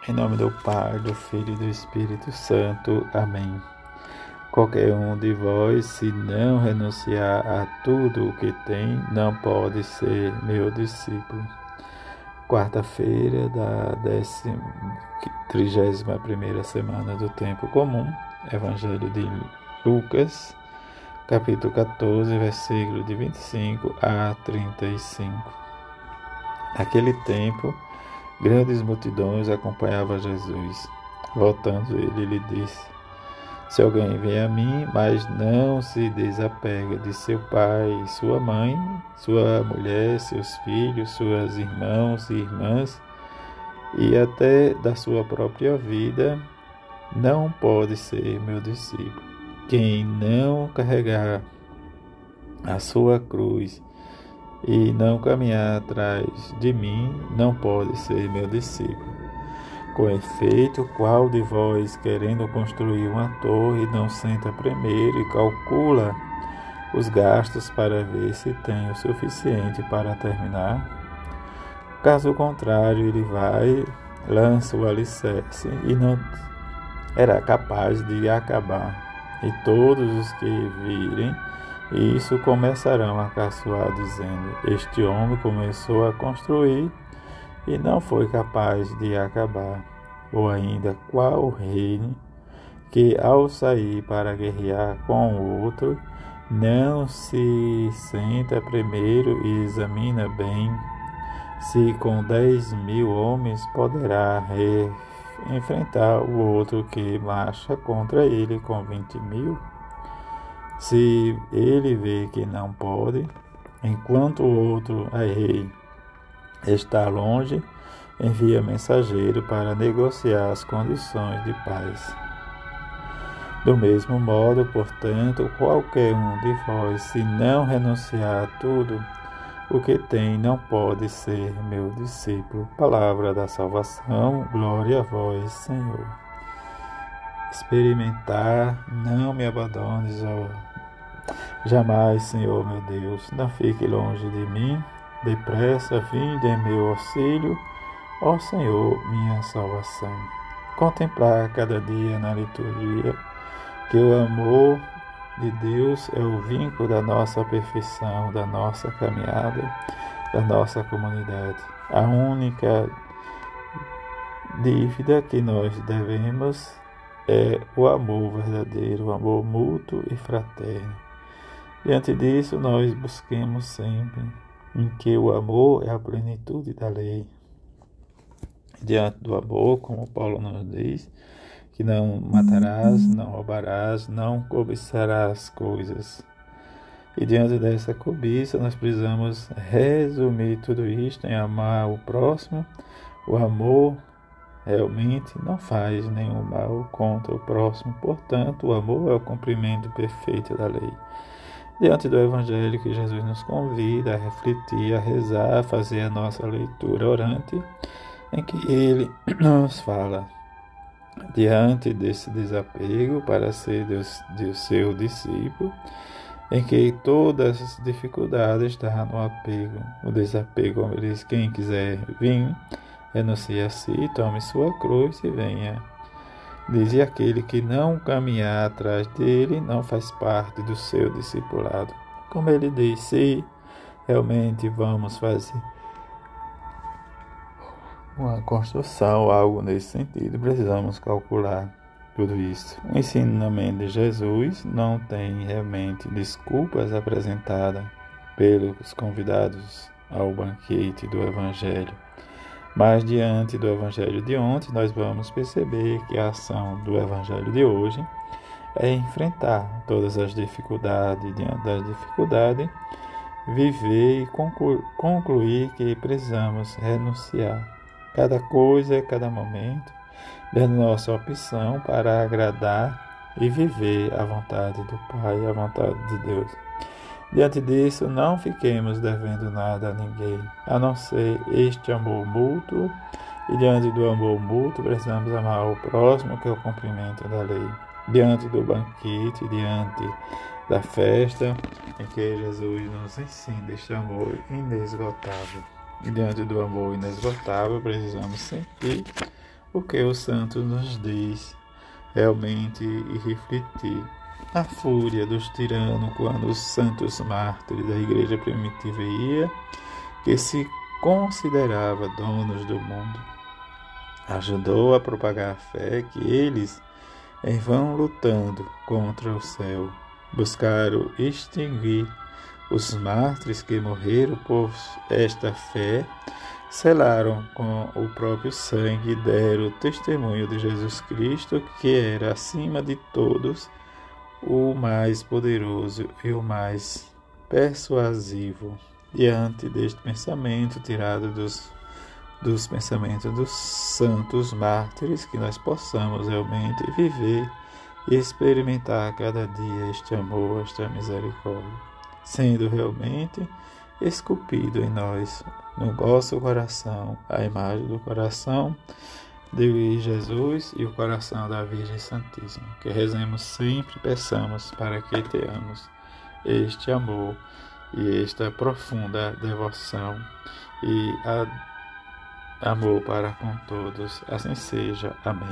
Em nome do Pai, do Filho e do Espírito Santo. Amém. Qualquer um de vós, se não renunciar a tudo o que tem, não pode ser meu discípulo. Quarta-feira da 31ª semana do Tempo Comum. Evangelho de Lucas, capítulo 14, versículo de 25 a 35. Naquele tempo, grandes multidões acompanhavam Jesus. Voltando ele lhe disse: se alguém vem a mim, mas não se desapega de seu pai e sua mãe, sua mulher, seus filhos, suas irmãos e irmãs, e até da sua própria vida, não pode ser meu discípulo. Quem não carregar a sua cruz e não caminhar atrás de mim, não pode ser meu discípulo. Com efeito, qual de vós, querendo construir uma torre, não senta primeiro e calcula os gastos para ver se tem o suficiente para terminar? Caso contrário, ele vai, lança o alicerce e não era capaz de acabar. E todos os que virem isso começarão a caçoar, dizendo: este homem começou a construir e não foi capaz de acabar. Ou ainda, qual rei que, ao sair para guerrear com o outro, não se senta primeiro e examina bem se com 10.000 homens poderá enfrentar o outro que marcha contra ele com 20.000? Se ele vê que não pode, enquanto o outro rei está longe, envia mensageiro para negociar as condições de paz. Do mesmo modo, portanto, qualquer um de vós, se não renunciar a tudo o que tem, não pode ser meu discípulo. Palavra da salvação, glória a vós, Senhor. Experimentar, não me abandones, jamais, Senhor meu Deus, não fique longe de mim. Depressa, vinde em meu auxílio, ó Senhor, minha salvação. Contemplar cada dia na liturgia que o amor de Deus é o vínculo da nossa perfeição, da nossa caminhada, da nossa comunidade. A única dívida que nós devemos é o amor verdadeiro, o amor mútuo e fraterno. Diante disso, nós busquemos sempre em que o amor é a plenitude da lei. Diante do amor, como Paulo nos diz, que não matarás, não roubarás, não cobiçarás coisas. E diante dessa cobiça, nós precisamos resumir tudo isto em amar o próximo. O amor realmente não faz nenhum mal contra o próximo, portanto, o amor é o cumprimento perfeito da lei. Diante do Evangelho que Jesus nos convida a refletir, a rezar, a fazer a nossa leitura orante, em que Ele nos fala, diante desse desapego para ser de seu discípulo, em que todas as dificuldades estão no apego. O desapego, como ele diz, quem quiser vir, renuncie a si, tome sua cruz e venha. Diz aquele que não caminhar atrás dele não faz parte do seu discipulado. Como ele diz, se realmente vamos fazer uma construção, algo nesse sentido, precisamos calcular tudo isso. O ensinamento de Jesus não tem realmente desculpas apresentadas pelos convidados ao banquete do Evangelho. Mas diante do Evangelho de ontem, nós vamos perceber que a ação do Evangelho de hoje é enfrentar todas as dificuldades, diante das dificuldades, viver e concluir que precisamos renunciar cada coisa, cada momento, dando nossa opção para agradar e viver a vontade do Pai, a vontade de Deus. Diante disso, não fiquemos devendo nada a ninguém, a não ser este amor mútuo, e diante do amor mútuo, precisamos amar o próximo, que é o cumprimento da lei. Diante do banquete, diante da festa, em que Jesus nos ensina este amor inesgotável. E diante do amor inesgotável, precisamos sentir o que o santo nos diz realmente e refletir. A fúria dos tiranos quando os santos mártires da igreja primitiva ia, que se considerava donos do mundo, ajudou a propagar a fé que eles, em vão lutando contra o céu, buscaram extinguir os mártires que morreram por esta fé, selaram com o próprio sangue e deram testemunho de Jesus Cristo, que era, acima de todos, o mais poderoso e o mais persuasivo. Diante deste pensamento tirado dos pensamentos dos santos mártires, que nós possamos realmente viver e experimentar cada dia este amor, esta misericórdia, sendo realmente esculpido em nós, no nosso coração, a imagem do coração de Jesus e o coração da Virgem Santíssima. Que rezemos sempre, peçamos para que tenhamos este amor e esta profunda devoção e amor para com todos. Assim seja. Amém.